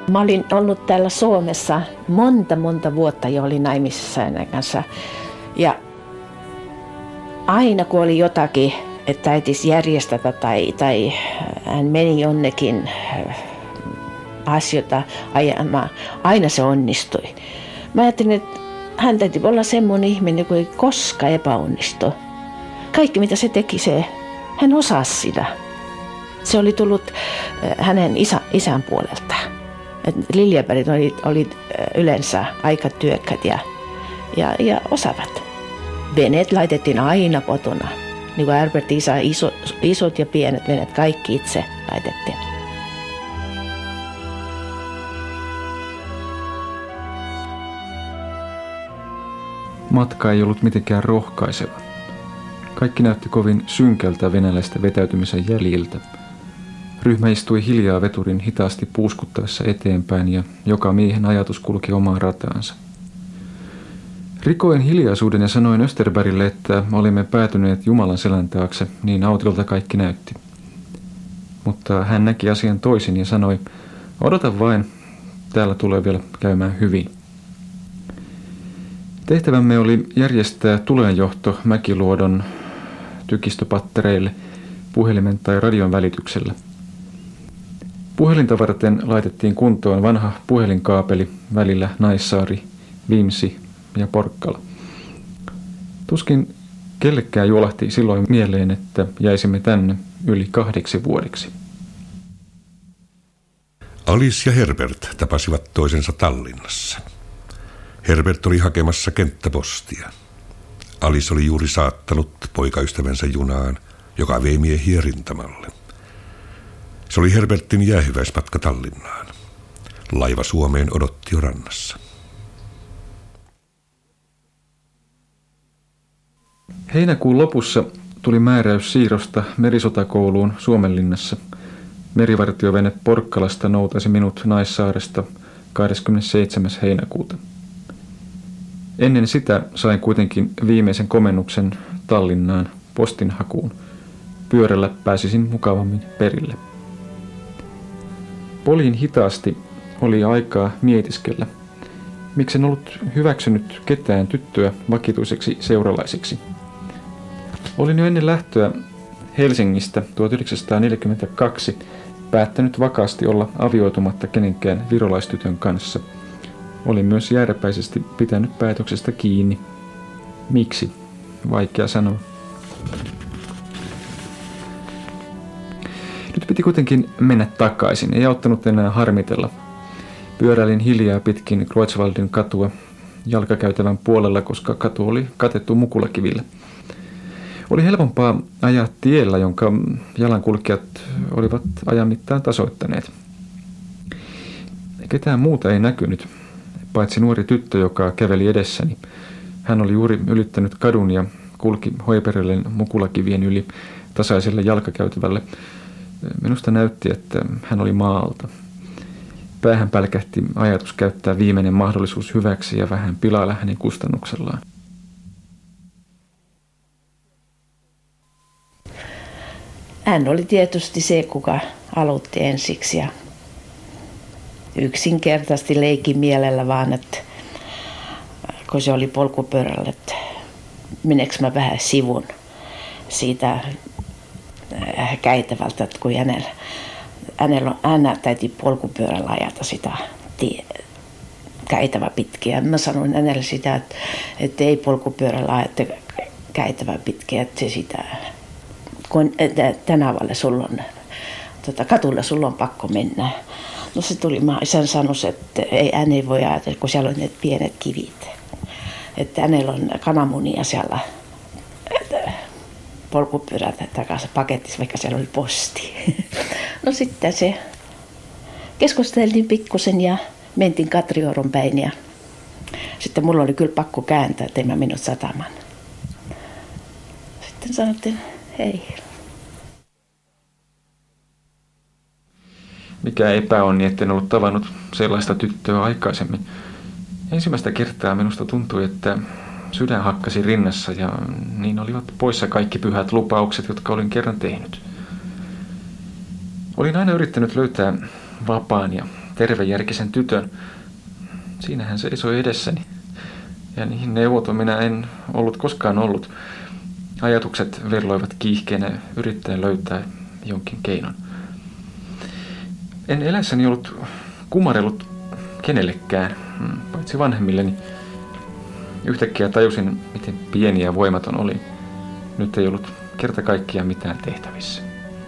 Mä olin ollut täällä Suomessa monta vuotta jo olin naimisissa hänen kanssa. Ja aina kun oli jotakin, että täytyisi järjestetä tai hän meni jonnekin asioita ajamaan, aina se onnistui. Mä ajattelin, että hän täytyy olla semmoinen ihminen, joka ei koskaan epäonnistu. Kaikki mitä se teki, hän osasi sitä. Se oli tullut hänen isän puolelta. Liljebergit oli yleensä aika työkkäät ja osaavat. Veneet laitettiin aina kotona. Niin kuin Herbertin isä, isot ja pienet veneet, kaikki itse laitettiin. Matka ei ollut mitenkään rohkaiseva. Kaikki näytti kovin synkältä venäläistä vetäytymisen jäljiltä. Ryhmä istui hiljaa veturin hitaasti puuskuttaessa eteenpäin ja joka miehen ajatus kulki omaa rataansa. Rikoin hiljaisuuden ja sanoin Österbergille, että olimme päätyneet Jumalan selän taakse, niin autiolta kaikki näytti. Mutta hän näki asian toisin ja sanoi, odota vain, täällä tulee vielä käymään hyvin. Tehtävämme oli järjestää tulenjohto Mäkiluodon tykistöpattereille puhelimen tai radion välityksellä. Puhelinta varten laitettiin kuntoon vanha puhelinkaapeli välillä Naissaari, Vimsi ja Porkkala. Tuskin kellekään juolahti silloin mieleen, että jäisimme tänne yli 2 vuodeksi. Alice ja Herbert tapasivat toisensa Tallinnassa. Herbert oli hakemassa kenttäpostia. Alice oli juuri saattanut poikaystävänsä junaan, joka vei miehiä rintamalle. Se oli Herbertin jäähyväismatka Tallinnaan. Laiva Suomeen odotti jo rannassa. Heinäkuun lopussa tuli määräys siirrosta merisotakouluun Suomenlinnassa. Merivartiovene Porkkalasta noutaisi minut Naissaaresta 27. heinäkuuta. Ennen sitä sain kuitenkin viimeisen komennuksen Tallinnaan postinhakuun. Pyörällä pääsisin mukavammin perille. Poljin hitaasti oli aikaa mietiskellä. Miksen ollut hyväksynyt ketään tyttöä vakituiseksi seuralaiseksi. Olin jo ennen lähtöä Helsingistä 1942 päättänyt vakaasti olla avioitumatta kenenkään virolaistytön kanssa. Olin myös jääräpäisesti pitänyt päätöksestä kiinni. Miksi? Vaikea sanoa. Nyt piti kuitenkin mennä takaisin, ei auttanut enää harmitella. Pyöräilin hiljaa pitkin Kreutzwaldin katua jalkakäytävän puolella, koska katu oli katettu mukulakivillä. Oli helpompaa ajaa tiellä, jonka jalankulkijat olivat ajan mittaan tasoittaneet. Ketään muuta ei näkynyt, paitsi nuori tyttö, joka käveli edessäni. Hän oli juuri ylittänyt kadun ja kulki hoiperellen mukulakivien yli tasaiselle jalkakäytävälle. Minusta näytti, että hän oli maalta. Päähän pälkähti ajatus käyttää viimeinen mahdollisuus hyväksi ja vähän pilailla hänen kustannuksellaan. Hän oli tietysti se, kuka aloitti ensiksi ja yksinkertaisesti leikin mielellä vaan, että kun se oli polkupyörällä, että meneekö mä vähän sivun siitä käytävältä, että kun hänellä täytyy polkupyörällä ajata sitä käytävä pitkin. Ja mä sanoin hänelle sitä, että ei polkupyörällä ajata käytävä pitkin, että se sitä, kun tänävälle sulla on, katulla sulla on pakko mennä. No se tuli, isän sanoi, että hän ei voi ajatella, kun siellä on ne pienet kivit. Että hänellä on kananmunia siellä polkupyörät takaisin paketissa, vaikka siellä oli posti. No sitten se keskusteltiin pikkusen ja mentiin Katriorun päin ja sitten mulla oli kyllä pakko kääntää, ettei mä mennyt satamaan. Sitten sanottiin, hei. Mikä epäonni, etten ollut tavannut sellaista tyttöä aikaisemmin. Ensimmäistä kertaa minusta tuntui, että sydän hakkasi rinnassa ja niin olivat poissa kaikki pyhät lupaukset, jotka olin kerran tehnyt. Olin aina yrittänyt löytää vapaan ja tervejärkisen tytön. Siinä hän seisoi edessäni. Ja niihin neuvoton minä en ollut koskaan ollut. Ajatukset virloivat kiihkeenä yrittäen löytää jonkin keinon. En elässäni ollut kumarellut kenellekään, paitsi vanhemmilleni. Yhtäkkiä tajusin, miten pieni ja voimaton olin. Nyt ei ollut kerta kaikkiaan mitään tehtävissä.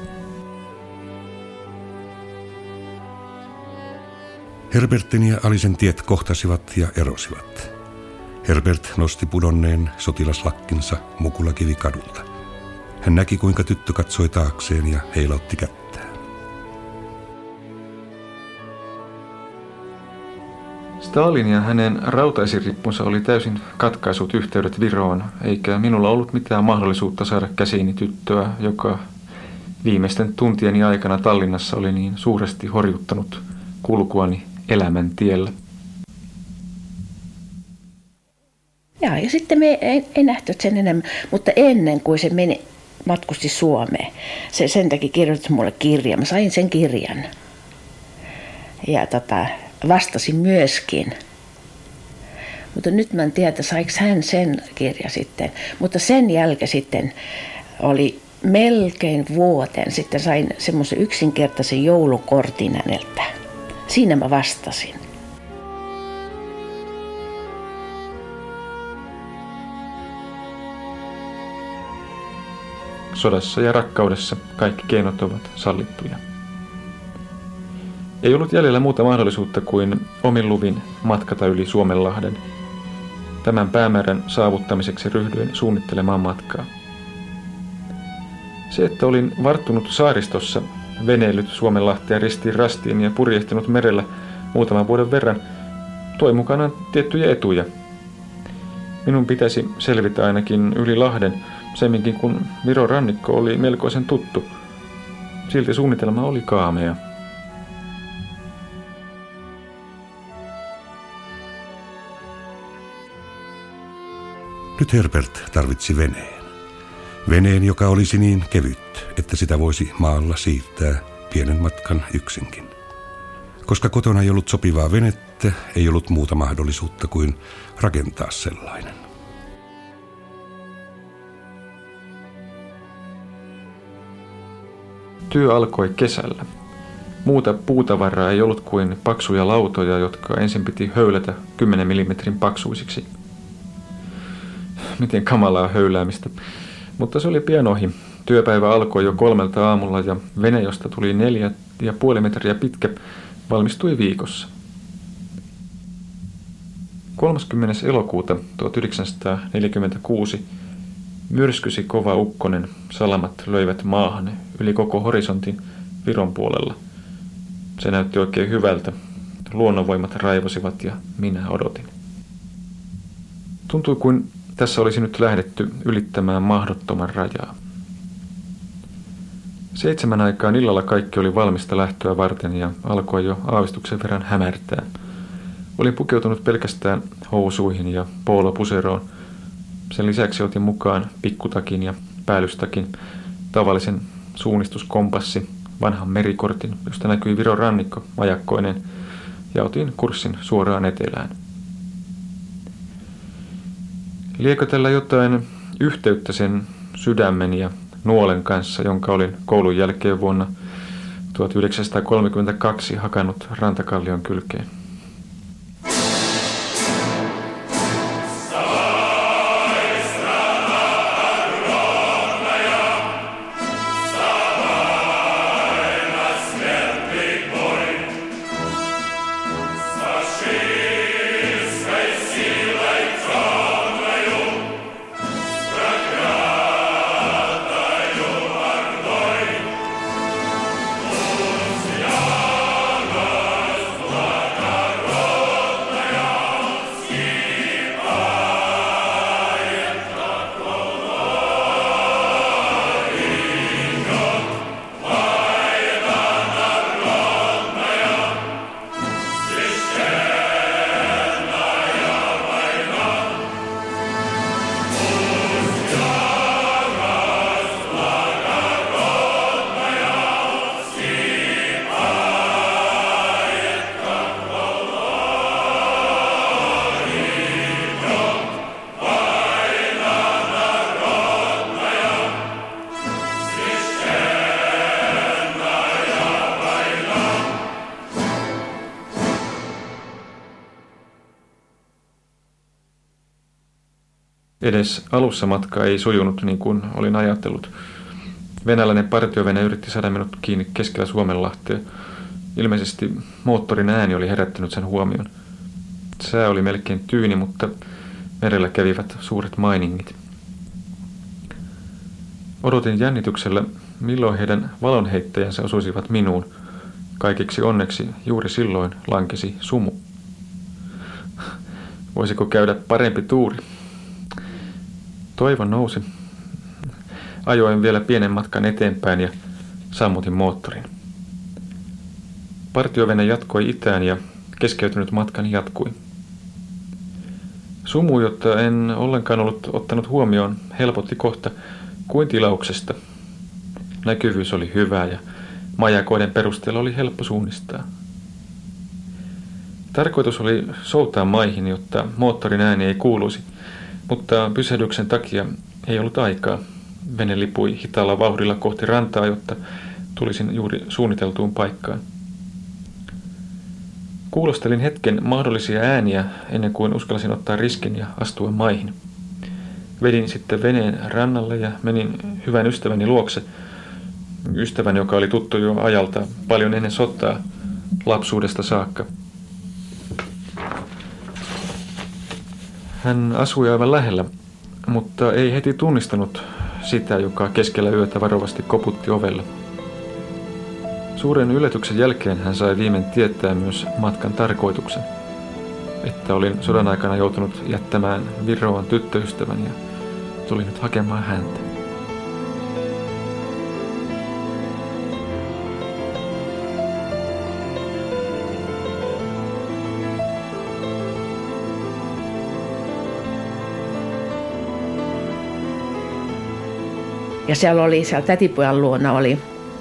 Herbertin ja Alisen tiet kohtasivat ja erosivat. Herbert nosti pudonneen sotilaslakkinsa Mukulakivikadulta. Hän näki, kuinka tyttö katsoi taakseen ja heilautti kättään. Stalin ja hänen rautaesirippunsa oli täysin katkaisut yhteydet Viroon, eikä minulla ollut mitään mahdollisuutta saada käsiini tyttöä, joka viimeisten tuntieni aikana Tallinnassa oli niin suuresti horjuttanut kulkuani elämän tiellä. Ja sitten me ei nähty sen enemmän, mutta ennen kuin se matkusti Suomeen, se sen takia kirjoitti mulle kirjan. Mä sain sen kirjan ja vastasin myöskin. Mutta nyt mä en tiedä, saiko hän sen kirjan sitten. Mutta sen jälkeen sitten oli melkein vuoten. Sitten sain semmoisen yksinkertaisen joulukortin häneltä. Siinä mä vastasin. Sodassa ja rakkaudessa kaikki keinot ovat sallittuja. Ei ollut jäljellä muuta mahdollisuutta kuin omin luvin matkata yli Suomenlahden. Tämän päämäärän saavuttamiseksi ryhdyin suunnittelemaan matkaa. Se, että olin varttunut saaristossa, veneillyt Suomenlahtea ristiin rastiin ja purjehtinut merellä muutaman vuoden verran, toi mukanaan tiettyjä etuja. Minun pitäisi selvitä ainakin yli Lahden, semminkin kun Viron rannikko oli melkoisen tuttu. Silti suunnitelma oli kaamea. Nyt Herbert tarvitsi veneen. Veneen, joka olisi niin kevyt, että sitä voisi maalla siirtää pienen matkan yksinkin. Koska kotona ei ollut sopivaa venettä, ei ollut muuta mahdollisuutta kuin rakentaa sellainen. Työ alkoi kesällä. Muuta puutavaraa ei ollut kuin paksuja lautoja, jotka ensin piti höylätä 10 mm paksuisiksi. Miten kamalaa höyläämistä. Mutta se oli pian ohi. Työpäivä alkoi jo 3 aamulla ja vene, josta tuli 4,5 metriä pitkä, valmistui viikossa. 30. elokuuta 1946 myrskysi kova ukkonen, salamat löivät maahan yli koko horisontin Viron puolella. Se näytti oikein hyvältä. Luonnonvoimat raivosivat ja minä odotin. Tuntui kuin tässä olisi nyt lähdetty ylittämään mahdottoman rajaa. 7 aikaan illalla kaikki oli valmista lähtöä varten ja alkoi jo aavistuksen verran hämärtää. Olin pukeutunut pelkästään housuihin ja poolopuseroon. Sen lisäksi otin mukaan pikkutakin ja päällystakin, tavallisen suunnistuskompassi, vanhan merikortin, josta näkyi Viron rannikko majakkoineen, ja otin kurssin suoraan etelään. Liekö tällä jotain yhteyttä sen sydämen ja nuolen kanssa, jonka olin koulun jälkeen vuonna 1932 hakannut Rantakallion kylkeen? Edes alussa matka ei sujunut niin kuin olin ajatellut. Venäläinen partiovene yritti saada minut kiinni keskellä Suomenlahtea. Ilmeisesti moottorin ääni oli herättänyt sen huomion. Sää oli melkein tyyni, mutta merellä kävivät suuret mainingit. Odotin jännityksellä, milloin heidän valonheittäjänsä osuisivat minuun. Kaikeksi onneksi juuri silloin lankesi sumu. Voisiko käydä parempi tuuri? Toivo nousi. Ajoin vielä pienen matkan eteenpäin ja sammutin moottorin. Partiovene jatkoi itään ja keskeytynyt matkani jatkui. Sumu, jota en ollenkaan ollut ottanut huomioon, helpotti kohta kuin tilauksesta. Näkyvyys oli hyvä ja majakoiden perusteella oli helppo suunnistaa. Tarkoitus oli soutaa maihin, jotta moottorin ääni ei kuuluisi, mutta pysähdyksen takia ei ollut aikaa. Vene lipui hitaalla vauhdilla kohti rantaa, jotta tulisin juuri suunniteltuun paikkaan. Kuulostelin hetken mahdollisia ääniä ennen kuin uskalsin ottaa riskin ja astua maihin. Vedin sitten veneen rannalle ja menin hyvän ystäväni luokse. Ystävän, joka oli tuttu jo ajalta paljon ennen sotaa, lapsuudesta saakka. Hän asui aivan lähellä, mutta ei heti tunnistanut sitä, joka keskellä yötä varovasti koputti ovella. Suuren yllätyksen jälkeen hän sai viimein tietää myös matkan tarkoituksen, että olin sodan aikana joutunut jättämään Viroan tyttöystävän ja tulin nyt hakemaan häntä. Ja siellä tätipojan luona oli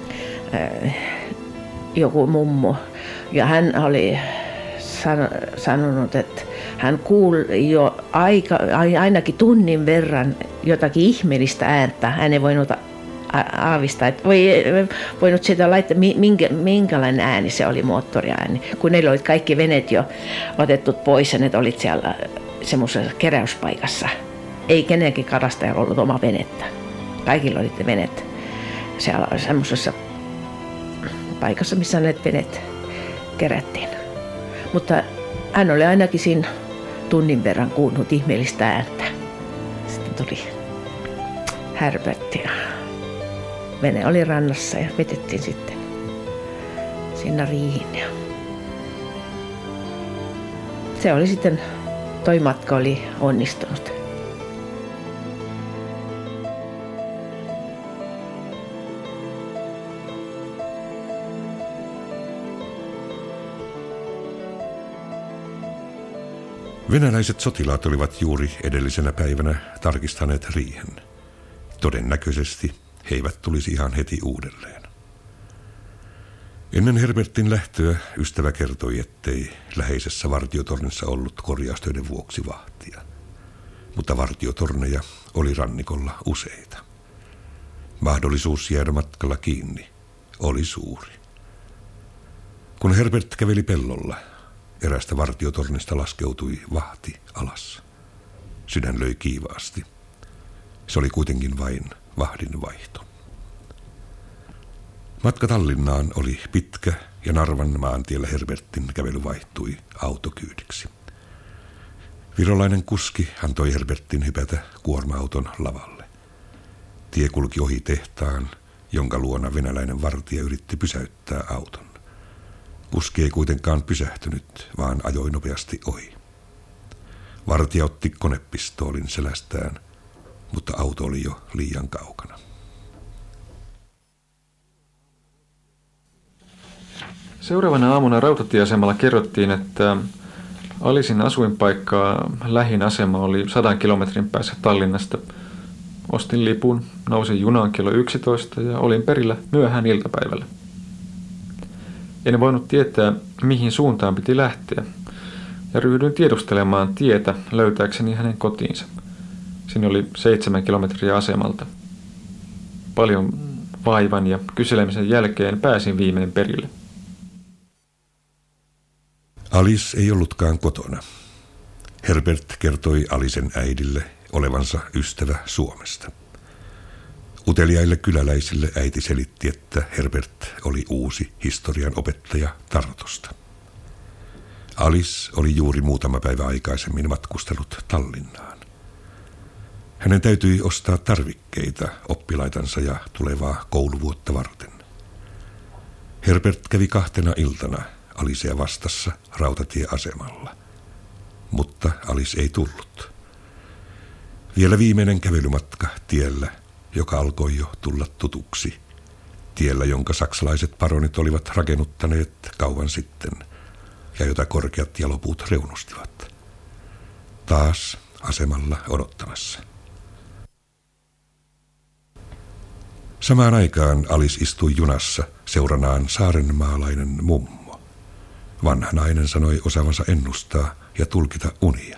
joku mummo. Ja hän oli sanonut, että hän kuuli jo ainakin tunnin verran jotakin ihmeellistä ääntä. Hän ei voinut aavistaa, että voinut sitä laittaa, minkälainen ääni se oli, moottoriääni. Kun ne oli kaikki veneet jo otettu pois ja ne olivat siellä semmoisessa keräyspaikassa. Ei kenenkin karastajalla ollut oma venettä. Kaikilla oli venet siellä semmoisessa paikassa, missä ne venet kerättiin. Mutta hän oli ainakin siinä tunnin verran kuullut ihmeellistä ääntä. Sitten tuli Herbert ja vene oli rannassa ja vetettiin sitten sinne riihin. Ja se oli sitten, toi matka oli onnistunut. Venäläiset sotilaat olivat juuri edellisenä päivänä tarkistaneet riihen. Todennäköisesti he eivät tulisi ihan heti uudelleen. Ennen Herbertin lähtöä ystävä kertoi, ettei läheisessä vartiotornissa ollut korjaustöiden vuoksi vahtia. Mutta vartiotorneja oli rannikolla useita. Mahdollisuus jäädä matkalla kiinni oli suuri. Kun Herbert käveli pellolla, erästä vartiotornista laskeutui vahti alas. Sydän löi kiivaasti. Se oli kuitenkin vain vahdin vaihto. Matka Tallinnaan oli pitkä ja Narvan maantiellä Herbertin kävely vaihtui autokyydiksi. Virolainen kuski antoi Herbertin hypätä kuorma-auton lavalle. Tie kulki ohi tehtaan, jonka luona venäläinen vartija yritti pysäyttää auton. Kuski ei kuitenkaan pysähtynyt, vaan ajoi nopeasti ohi. Vartija otti konepistoolin selästään, mutta auto oli jo liian kaukana. Seuraavana aamuna rautatieasemalla kerrottiin, että Alisin asuinpaikkaa lähin asema oli 100 kilometrin päässä Tallinnasta. Ostin lipun, nousin junaan kello 11 ja olin perillä myöhään iltapäivällä. En voinut tietää, mihin suuntaan piti lähteä, ja ryhdyin tiedustelemaan tietä löytääkseni hänen kotiinsa. Siinä oli 7 kilometriä asemalta. Paljon vaivan ja kyselemisen jälkeen pääsin viimein perille. Alice ei ollutkaan kotona. Herbert kertoi Alicen äidille olevansa ystävä Suomesta. Uteliaille kyläläisille äiti selitti, että Herbert oli uusi historian opettaja Tartosta. Alice oli juuri muutama päivä aikaisemmin matkustanut Tallinnaan. Hänen täytyi ostaa tarvikkeita oppilaitansa ja tulevaa kouluvuotta varten. Herbert kävi 2 iltana Alicea vastassa rautatieasemalla, mutta Alice ei tullut. Vielä viimeinen kävelymatka tiellä, joka alkoi jo tulla tutuksi. Tiellä, jonka saksalaiset baronit olivat rakennuttaneet kauan sitten ja jota korkeat jalopuut reunustivat. Taas asemalla odottamassa. Samaan aikaan Alice istui junassa seuranaan saarenmaalainen mummo. Vanha nainen sanoi osaavansa ennustaa ja tulkita unia.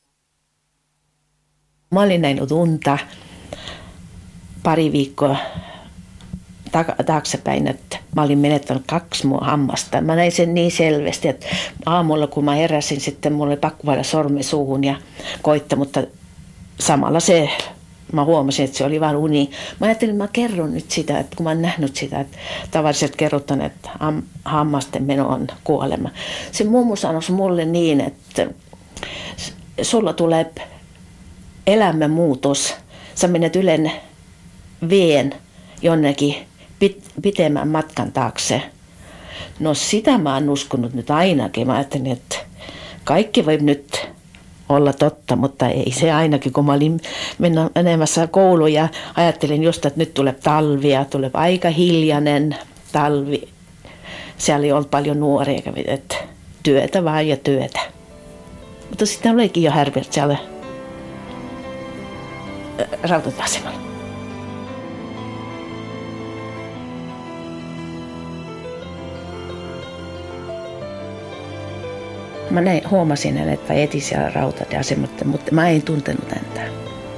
Mä olin nähnyt unta pari viikkoa taaksepäin, että mä olin menettänyt 2 mun hammasta. Mä näin sen niin selvästi, että aamulla kun mä heräsin, sitten mulla oli pakko vailla sormen suuhun ja koittaa, mutta samalla mä huomasin, että se oli vain uni. Mä ajattelin, että mä kerron nyt sitä, että kun mä oon nähnyt sitä, että tavalliset kerrotaan, että hammasten meno on kuolema. Se mummu sanoi mulle niin, että sulla tulee elämänmuutos. Sä menet ylen veen jonnekin pitemmän matkan taakse. No sitä mä oon uskonut nyt ainakin. Mä ajattelin, että kaikki voi nyt olla totta, mutta ei se ainakin, kun mä olin menemässä kouluun ja ajattelin just, että nyt tulee talvia, tulee aika hiljainen talvi. Siellä oli ollut paljon nuoria, että työtä vaan ja työtä. Mutta sitten olikin jo Herbert siellä rautatieasemalla. Mä huomasin, että eti siellä rautatieasemalla, mutta mä en tuntenut häntä.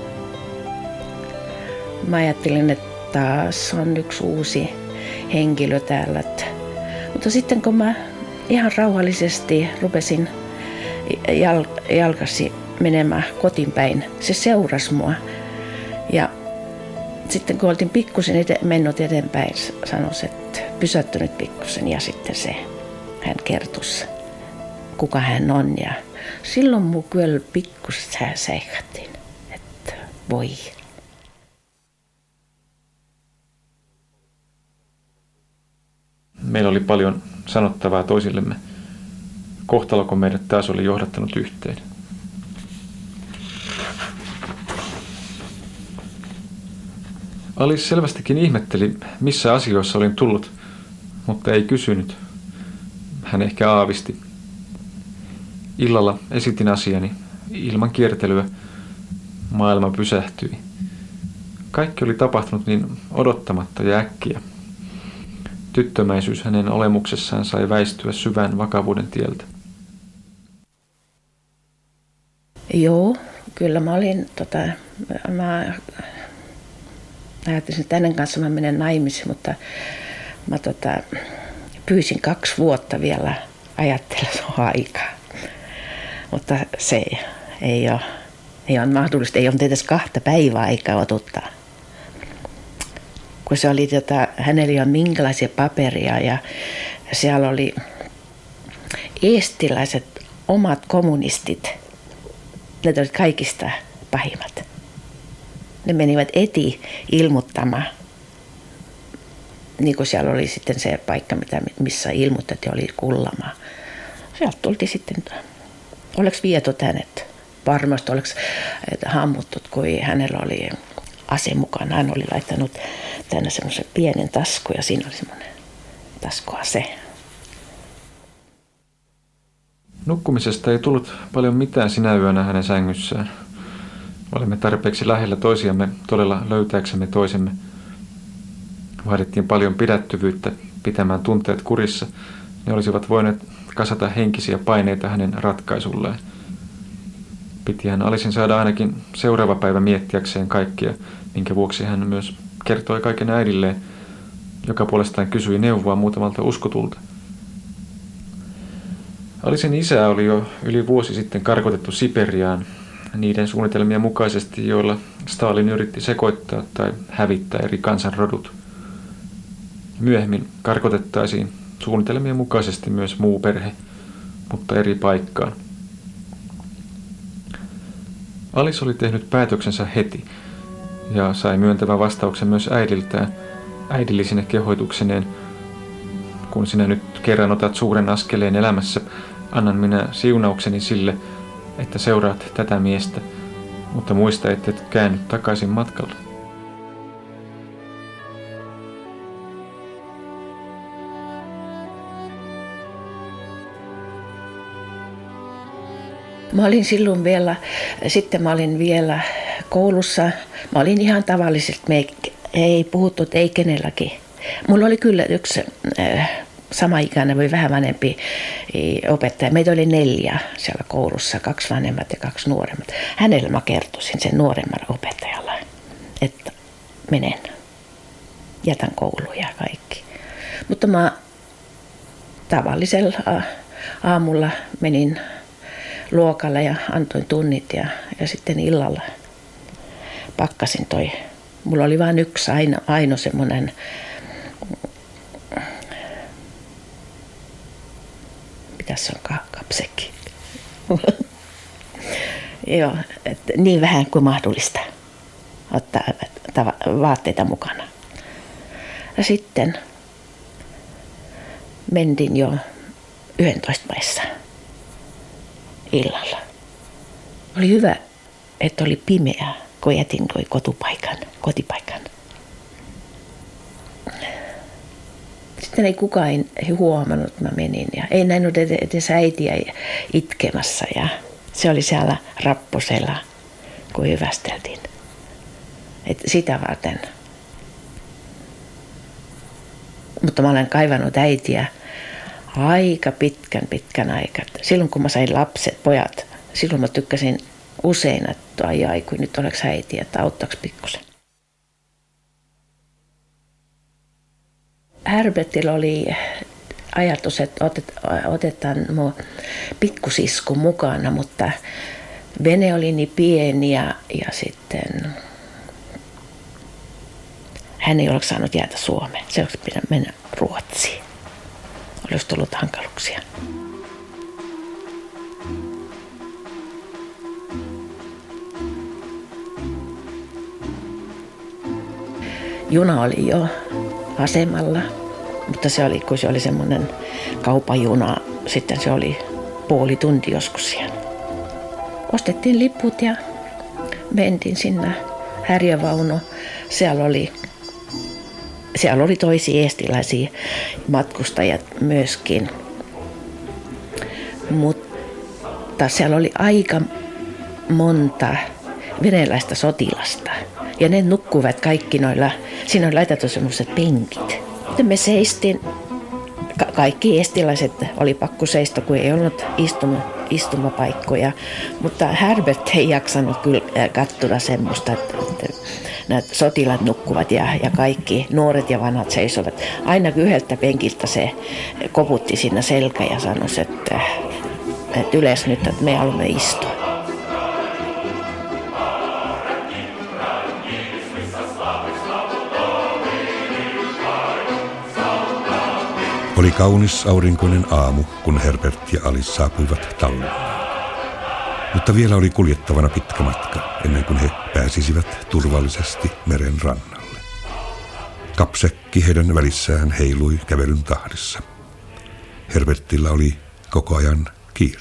Mä ajattelin, että taas on yksi uusi henkilö täällä. Mutta sitten kun mä ihan rauhallisesti rupesin jalkasi menemään kotiin päin, se seurasi mua. Ja sitten kun oltiin pikkusen mennyt eteenpäin, sanoi, että pysähtynyt pikkusen ja sitten hän kertoi, kuka hän on. Ja silloin mun kyllä pikkusen säikähtiin, että voi. Meillä oli paljon sanottavaa toisillemme. Kohtaloko meidät taas oli johdattanut yhteen. Alice selvästikin ihmetteli, missä asioissa olin tullut, mutta ei kysynyt. Hän ehkä aavisti. Illalla esitin asiani. Ilman kiertelyä maailma pysähtyi. Kaikki oli tapahtunut niin odottamatta ja äkkiä. Tyttömäisyys hänen olemuksessaan sai väistyä syvän vakavuuden tieltä. Joo, kyllä mä olin, mä ajattelin, että hänen kanssa mä menen naimisiin, mutta mä pyysin 2 vuotta vielä ajattella aikaa. Mutta se ei ole mahdollista, ei ole edes 2 päivää aikaa odottaa. Kun se oli, hänellä ei ole minkälaisia paperia ja siellä oli eestiläiset omat kommunistit. Ne olivat kaikista pahimmat. Ne menivät ilmoittamaan. Niin kuin siellä oli sitten se paikka, missä ilmoitettiin, oli Kullamaa. Sieltä tultiin sitten, oleks vietot hänet. Varmasti oleks hammuttu, kun hänellä oli ase mukana. Hän oli laittanut tänne semmoisen pienen tasku ja siinä oli semmoinen taskuase. Nukkumisesta ei tullut paljon mitään sinä yönä hänen sängyssään. Olimme tarpeeksi lähellä toisiamme todella löytääksemme toisemme. Vaadittiin paljon pidättyvyyttä pitämään tunteet kurissa. Ne olisivat voineet kasata henkisiä paineita hänen ratkaisulleen. Pitihän Alicen saada ainakin seuraava päivä miettiäkseen kaikkia, minkä vuoksi hän myös kertoi kaiken äidilleen, joka puolestaan kysyi neuvoa muutamalta uskotulta. Alicen isä oli jo yli vuosi sitten karkotettu Siperiaan niiden suunnitelmien mukaisesti, joilla Stalin yritti sekoittaa tai hävittää eri kansanrodut. Myöhemmin karkotettaisiin suunnitelmien mukaisesti myös muu perhe, mutta eri paikkaan. Alice oli tehnyt päätöksensä heti ja sai myöntävän vastauksen myös äidiltään äidillisine kehoituksineen. Kun sinä nyt kerran otat suuren askeleen elämässä, annan minä siunaukseni sille, että seuraat tätä miestä, mutta muista, että et käänny takaisin matkalla. Mä olin vielä koulussa. Mä olin ihan tavallisesti, me ei puhuttu, ei kenelläkin. Mulla oli kyllä yksi samaikäinen vai vähän vanhempi opettaja. Meitä oli 4 siellä koulussa, 2 vanhemmat ja 2 nuoremmat. Hänelle mä kertoisin sen nuoremman opettajalle, että menen, jätän kouluun ja kaikki. Mutta mä tavallisella aamulla menin luokalle ja antoin tunnit ja sitten illalla pakkasin toi. Mulla oli vain yksi aino semmoinen mitäs se on kapsekki. Joo, että niin vähän kuin mahdollista ottaa vaatteita mukana. Ja sitten mentiin jo 11 maissa illalla. Oli hyvä, että oli pimeää, kun jätin toi kotipaikan. Sitten ei kukaan huomannut, että mä menin. Ja ei näin edes äitiä itkemässä. Ja se oli siellä rapposella, kun hyvästeltiin. Et sitä varten. Mutta mä olen kaivannut äitiä aika pitkän aikaa. Silloin kun mä sain lapset, pojat, silloin mä tykkäsin usein, että ai kun nyt oleks äitiä, että auttaako pikkusen. Herbertillä oli ajatus, että otetaan mun pikkusisku mukana, mutta vene oli niin pieni ja sitten hän ei olisi saanut jäädä Suomeen. Se olisi pitänyt mennä Ruotsiin. Olisi tullut hankaluuksia. Juna oli jo asemalla, mutta kun se oli semmoinen kaupajuna, sitten se oli puoli tunti joskus siellä. Ostettiin liput ja mentiin sinne härjävaunu. Siellä oli toisia eestiläisiä matkustajia myöskin, mutta siellä oli aika monta venäläistä sotilasta. Ja ne nukkuvat kaikki siinä on laitettu semmoiset penkit. Sitten me seistiin, kaikki estilaiset oli pakko seistä, kun ei ollut istumapaikkoja. Mutta Herbert ei jaksanut kyllä katsoa semmoista, että nämä sotilaat nukkuvat ja kaikki nuoret ja vanhat seisovat. Aina yhdeltä penkiltä se koputti siinä selkä ja sanoi, että yleensä nyt, että me haluamme istua. Oli kaunis aurinkoinen aamu, kun Herbert ja Alice saapuivat Tallinnaan. Mutta vielä oli kuljettavana pitkä matka, ennen kuin he pääsisivät turvallisesti meren rannalle. Kapsekki heidän välissään heilui kävelyn tahdissa. Herbertillä oli koko ajan kiire.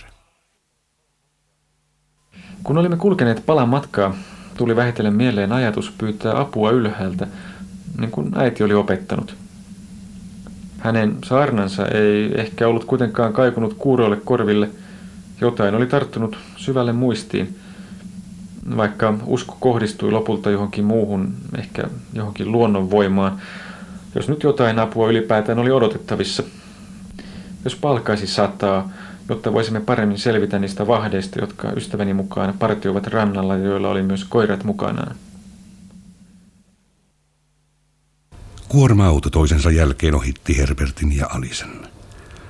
Kun olimme kulkeneet palan matkaa, tuli vähitellen mieleen ajatus pyytää apua ylhäältä, niin kuin äiti oli opettanut. Hänen saarnansa ei ehkä ollut kuitenkaan kaikunut kuuroille korville. Jotain oli tarttunut syvälle muistiin, vaikka usko kohdistui lopulta johonkin muuhun, ehkä johonkin luonnonvoimaan. Jos nyt jotain apua ylipäätään oli odotettavissa. Jos palkaisi 100, jotta voisimme paremmin selvitä niistä vahdeista, jotka ystäväni mukaan partioivat rannalla ja joilla oli myös koirat mukanaan. Kuorma-auto toisensa jälkeen ohitti Herbertin ja Alicen.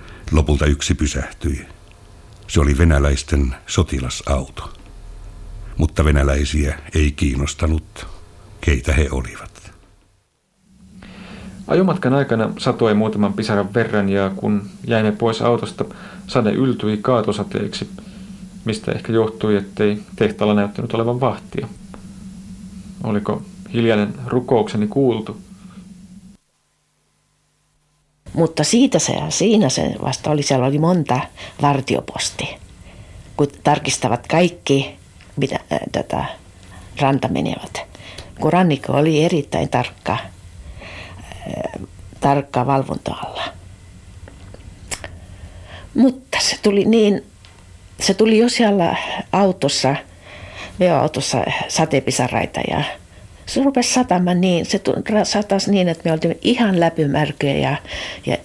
Lopulta yksi pysähtyi. Se oli venäläisten sotilasauto. mutta venäläisiä ei kiinnostanut, keitä he olivat. Ajomatkan aikana satoi muutaman pisaran verran ja kun jäimme pois autosta, sade yltyi kaatosateeksi, mistä ehkä johtui, ettei tehtaalla näyttänyt olevan vahtia. Oliko hiljainen rukoukseni kuultu? Mutta siinä se vasta oli, siellä oli monta vartiopostia, kun tarkistavat kaikki, mitä tätä ranta menevät. Kun rannikko oli erittäin tarkka valvonta alla. Mutta se tuli jo siellä veoautossa satepisaraita ja se rupesi satamaan niin, se satasi niin, että me oltiin ihan läpimärkyjä ja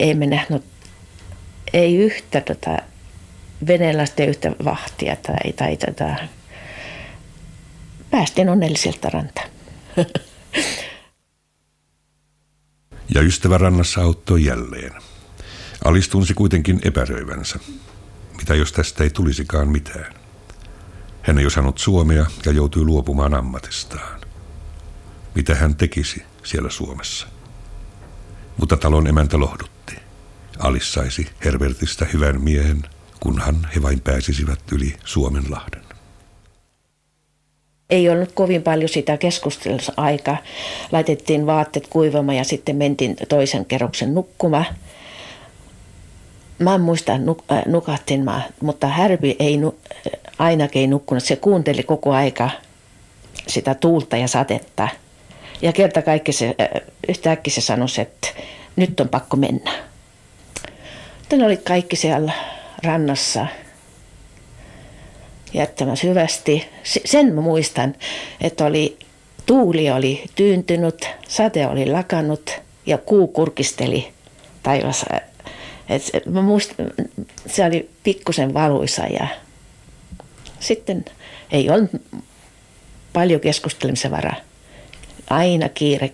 ei yhtä venäläistä yhtä vahtia tai päästiin onnelliselta rantaan. Ja ystävä rannassa auttoi jälleen. Alice tunsi kuitenkin epäröivänsä. Mitä jos tästä ei tulisikaan mitään? Hän ei osannut suomea ja joutui luopumaan ammatistaan. Mitä hän tekisi siellä Suomessa? Mutta talon emäntä lohdutti. Alice saisi Herbertistä hyvän miehen, kunhan he vain pääsisivät yli Suomenlahden. Ei ollut kovin paljon sitä keskustelusaikaa. Laitettiin vaatteet kuivamaan ja sitten mentiin toisen kerroksen nukkumaan. Mä en muista, nukahtin mä, mutta Härby ainakin ei nukkunut. Se kuunteli koko aika sitä tuulta ja satetta. Ja kerta kaikki yhtäkkiä se sanoi, että nyt on pakko mennä. Sitten oli kaikki siellä rannassa jättämässä hyvästi. Sen mä muistan, että tuuli oli tyyntynyt, sate oli lakannut ja kuu kurkisteli taivassa. Mä muistan, se oli pikkusen valuisa ja sitten ei ollut paljon keskustelemisen varaa. Aina kiire.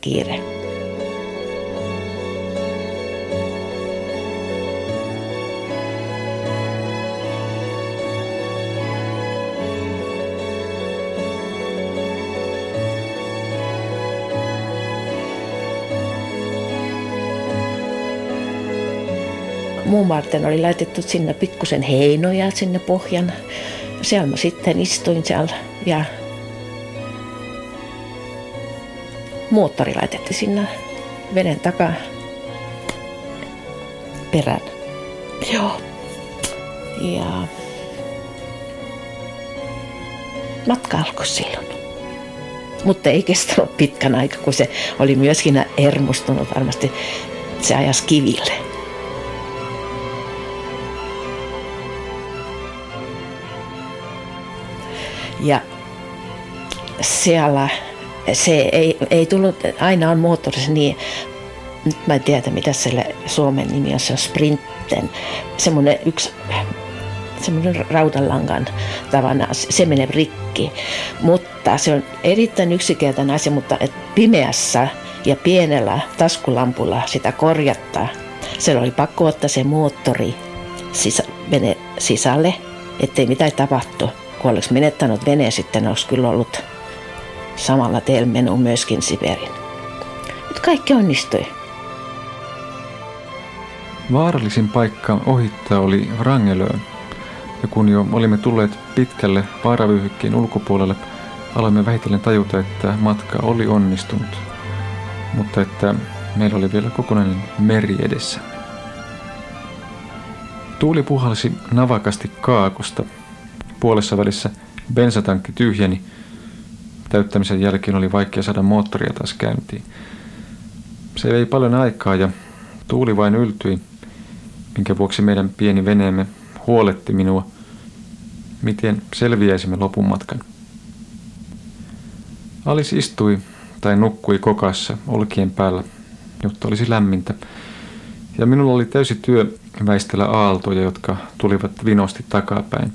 Muun varten oli laitettu sinne pikkusen heinoja sinne pohjan. Siellä mä sitten istuin siellä ja moottori laitettiin sinne veden takaa perään. Joo. Ja matka alkoi silloin. Mutta ei kestänyt pitkän aikaa, kun se oli myöskin hermostunut varmasti. Se ajasi kiville. Ja siellä se ei tullut, aina on moottorissa niin, nyt mä en tiedä mitä se Suomen nimi on, se on Sprinten, semmoinen raudanlangan tavana, se menee rikki, mutta se on erittäin yksinkertainen asia, mutta pimeässä ja pienellä taskulampulla sitä korjattaa. Se oli pakko ottaa se moottori vene sisälle, ettei mitään tapahtu. Kun olisi menettänyt veneen, sitten olisi kyllä ollut samalla teillä menu myöskin Siberin. Mutta kaikki onnistui. Vaarallisin paikka ohittaa oli Wrangelön. Ja kun jo olimme tulleet pitkälle vaaravyöhykkeen ulkopuolelle, aloimme vähitellen tajuta, että matka oli onnistunut. Mutta että meillä oli vielä kokonainen meri edessä. Tuuli puhalsi navakasti kaakosta. Puolessa välissä bensatankki tyhjeni. Täyttämisen jälkeen oli vaikea saada moottoria taas käyntiin. Se vei paljon aikaa ja tuuli vain yltyi, minkä vuoksi meidän pieni veneemme huoletti minua, miten selviäisimme lopun matkan. Alice istui tai nukkui kokassa olkien päällä, jotta olisi lämmintä, ja minulla oli täysi työ väistellä aaltoja, jotka tulivat vinosti takapäin.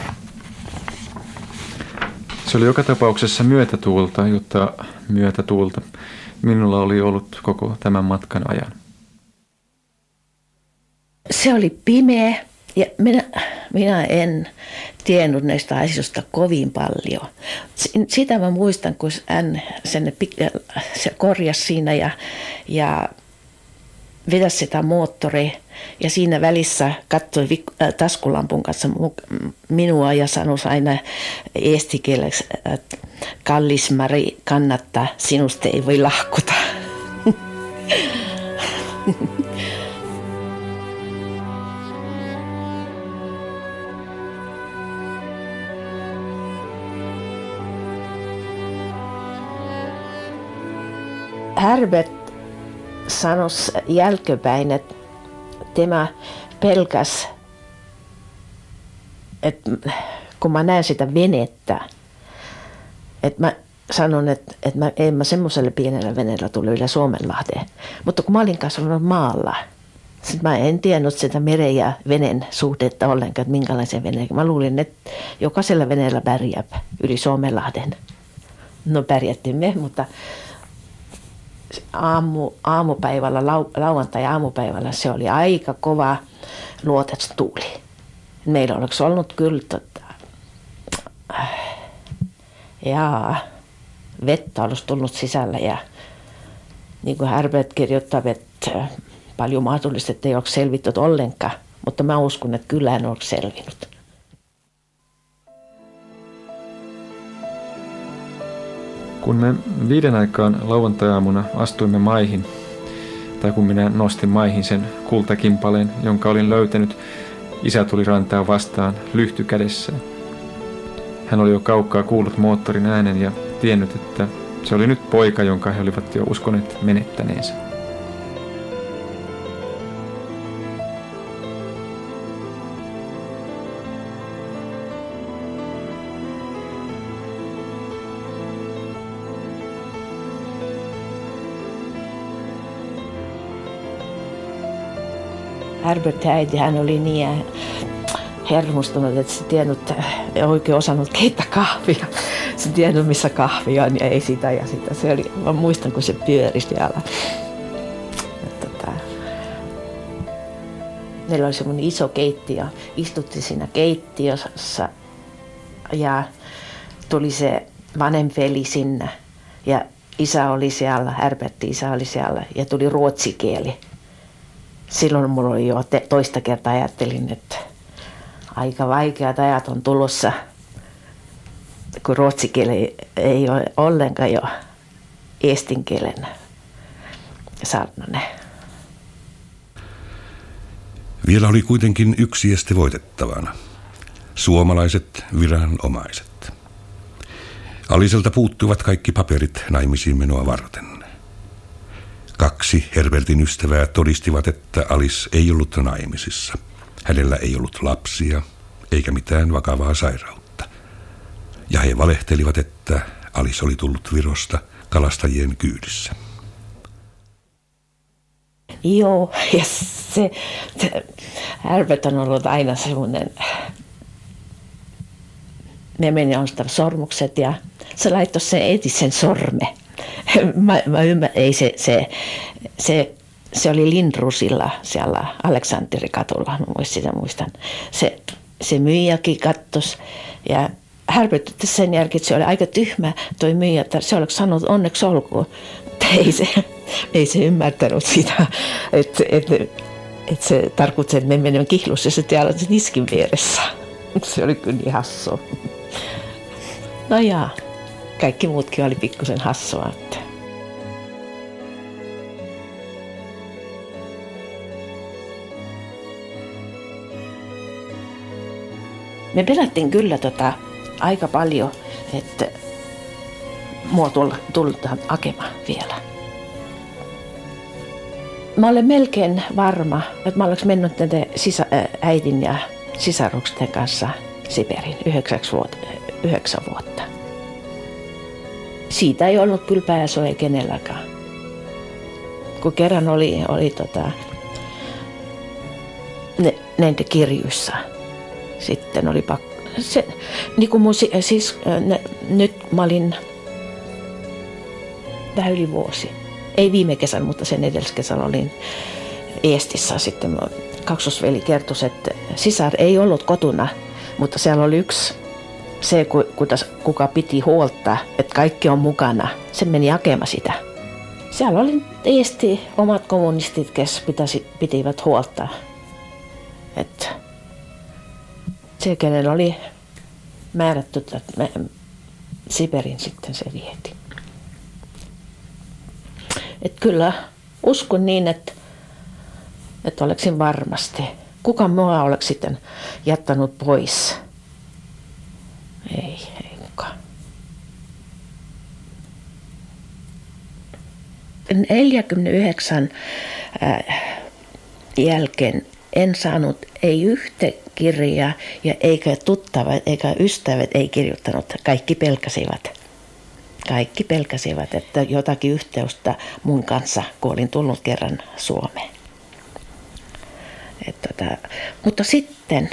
Se oli joka tapauksessa myötätuulta, jotta myötätuulta minulla oli ollut koko tämän matkan ajan. Se oli pimeä Ja minä en tiennyt näistä asioista kovin paljon. Sitä mä muistan, kun hän se korjasi siinä ja vetäisi sitä moottoria. Ja siinä välissä katsoi taskulampun kanssa minua ja sanoi aina eestikieleksi, että kallis Mari, kannattaa, sinusta ei voi lahkuta. Herbert sanoi jälkeenpäin, että tämä pelkäs, että kun mä näen sitä venettä, että mä sanon, että en mä semmoiselle pienellä veneellä tule yli Suomenlahteen. Mutta kun mä olin kasvanut maalla, sit mä en tiennyt sitä meren ja venen suhdetta ollenkaan, että minkälaisen veneen. Mä luulin, että jokaisella veneellä pärjää yli Suomenlahden. No pärjättiin me, mutta aamupäivällä, lauantai-aamupäivällä se oli aika kova luotestuuli. Meillä olisi ollut kyllä vettä olisi tullut sisällä ja niin kuin Herbert kirjoittaa, että paljon mahdollista, että ei olisi selvitty ollenkaan, mutta mä uskon, että kyllä hän olisi selvinnyt. Kun me 5 aikaan lauantai-aamuna astuimme maihin, tai kun minä nostin maihin sen kultakimpaleen, jonka olin löytänyt, isä tuli rantaa vastaan lyhty kädessään. Hän oli jo kaukaa kuullut moottorin äänen ja tiennyt, että se oli nyt poika, jonka he olivat jo uskoneet menettäneensä. Herbert äiti, hän oli niin hermostunut, että se tiennyt, oikein osannut keittää kahvia. Se tiennyt, missä kahvia on ja ei sitä ja sitä. Se oli, mä muistan, kun se pyöri siellä. Meillä oli semmoinen iso keittiö. Istutti siinä keittiössä ja tuli se vanhempi veli sinne. Ja isä oli siellä, Herbertin isä oli siellä ja tuli ruotsikieli. Silloin mulla oli jo toista kertaa ajattelin, että aika vaikeat ajat on tulossa, kun ruotsikieli ei ole ollenkaan jo eestinkielen sarnainen. Vielä oli kuitenkin yksi este voitettavana. Suomalaiset viranomaiset. Aliselta puuttuivat kaikki paperit naimisiin menoa varten. 2 Herbertin ystävää todistivat, että Alice ei ollut naimisissa. Hänellä ei ollut lapsia eikä mitään vakavaa sairautta. Ja he valehtelivat, että Alice oli tullut Virosta kalastajien kyydissä. Joo, ja se Herbert on ollut aina semmoinen. Me meni ostaa sormukset ja se laittoi sen etisen sorme. Mä ymmärrän, ei se oli Lindrusilla siellä Aleksanterikatulla, mä muistan. Se myyjäkin kattos ja Herbert sen jälkeen, että se oli aika tyhmä toi myyjä, että se olisi sanonut onneksi olkoon. Ei se ymmärtänyt sitä, että se tarkoitti, että me menemme kihlussa ja se täällä niskin vieressä. Se oli kyllä niin hassua. No jaa, kaikki muutkin oli pikkusen hassua. Me pelättiin kyllä aika paljon, että mua tullaan hakemaan vielä. Mä olen melkein varma, että mä oleks mennyt äidin ja sisaruksen kanssa Siperiin 9 vuotta. Siitä ei ollut kyllä pääsyä ei kenelläkään. Kun kerran oli näiden kirjuissa. Sitten oli pakko. Niin kuin nyt mä olin vähän yli vuosi. Ei viime kesän, mutta sen edelliskesällä olin Eestissä sitten kaksosveli kertoi, että sisar ei ollut kotona, mutta siellä oli yksi se, kuka piti huolta, että kaikki on mukana. Se meni hakemaan sitä. Siellä oli Eesti omat kommunistit, kes pitivät huolta. Että se, kenen oli määrätty, että Siberin sitten se vieti. Että kyllä uskon niin, että oleksin varmasti. Kuka mua oleks sitten jättänyt pois? Ei kukaan. 49 jälkeen en saanut ei yhtä kirjaa ja eikä tuttavat eikä ystävät ei kirjoittanut. Kaikki pelkäsivät. Kaikki pelkäsivät, että jotakin yhteystä mun kanssa, kun olin tullut kerran Suomeen. Mutta sitten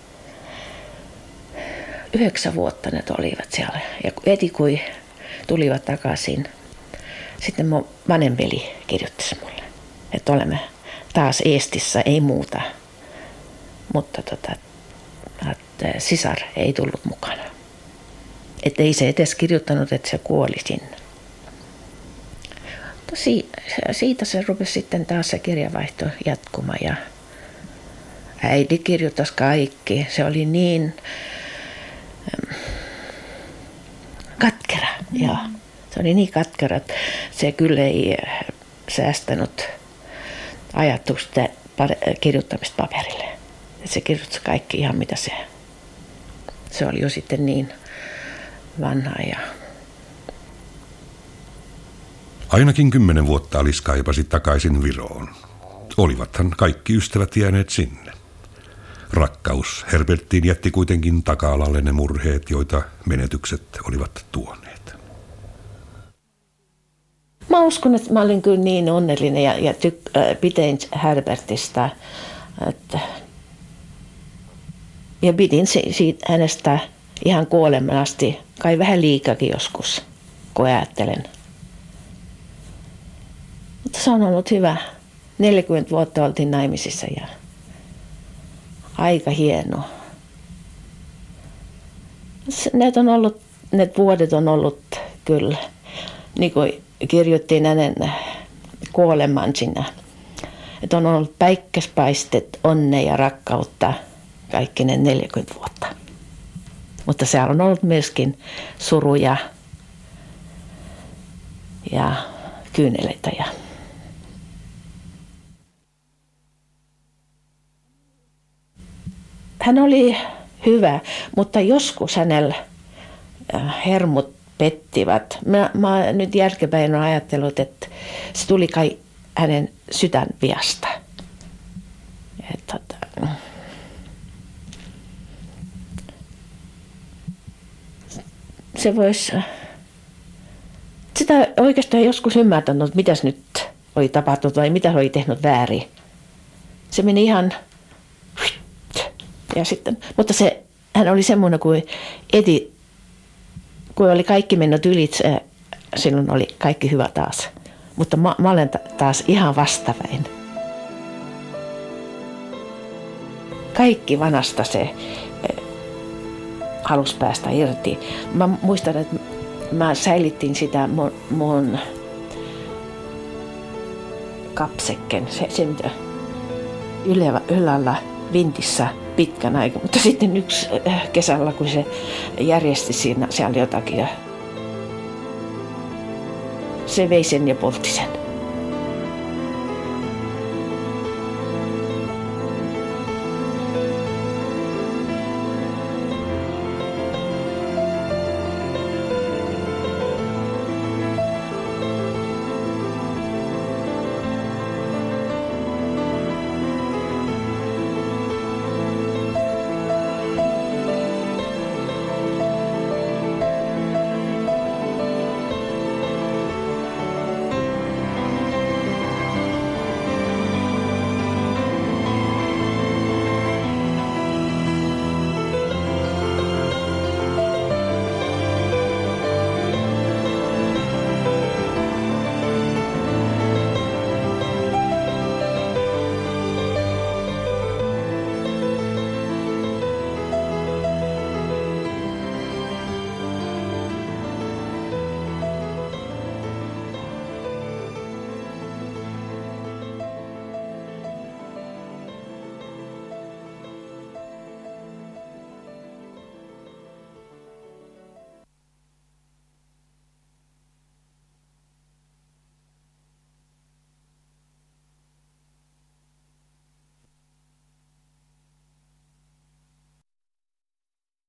9 vuotta ne olivat siellä. Ja heti kun tulivat takaisin, sitten mun vanhempeli kirjoitti mulle, että olemme taas Eestissä, ei muuta. Mutta että sisar ei tullut mukana. Että ei se edes kirjoittanut, että se kuoli sinne. Siitä se rupesi sitten taas se kirjavaihto jatkumaan ja äiti kirjoittaisi kaikki. Se oli niin katkera. Ja se oli niin katkera, että se kyllä ei säästänyt ajatusta kirjoittamista paperille. Että se kirjoitti kaikki ihan mitä se oli jo sitten niin vanha. Ainakin 10 vuotta Alice kaipasi takaisin Viroon. Olivathan kaikki ystävät jääneet sinne. Rakkaus Herberttiin jätti kuitenkin taka-alalle ne murheet, joita menetykset olivat tuoneet. Mä uskon, että mä olin kyllä niin onnellinen ja pitein Herbertistä. Ja pidin siitä hänestä ihan kuolemaan asti, kai vähän liikakin joskus, kun ajattelen. Mutta se on ollut hyvä. 40 vuotta oltiin naimisissa ja aika hienoa. Ne vuodet on ollut kyllä, niin kuin kirjoittiin hänen kuoleman siinä, että on ollut päikkäspaistet, onnea ja rakkautta kaikki ne 40 vuotta. Mutta siellä on ollut myöskin suruja ja kyyneleitä. Hän oli hyvä, mutta joskus hänellä hermot pettivät. Mä nyt jälkeenpäin olen ajatellut, että se tuli kai hänen sydänviasta. Se voisi... Sitä oikeastaan joskus ymmärtänyt, mitä nyt oli tapahtunut vai mitä oli tehnyt väärin. Se meni ihan... Ja sitten, mutta hän oli semmoinen kuin Edi, kun oli kaikki mennyt ylitse, silloin oli kaikki hyvä taas. Mutta mä olen taas ihan vastaväin. Kaikki vanhasta se halusi päästä irti. Mä muistan, että mä säilytin sitä mun kapsekken, se mitä ylällä vintissä pitkän aikaa. Mutta sitten yksi kesällä, kun se järjesti siellä jotakin, se vei sen ja poltti sen.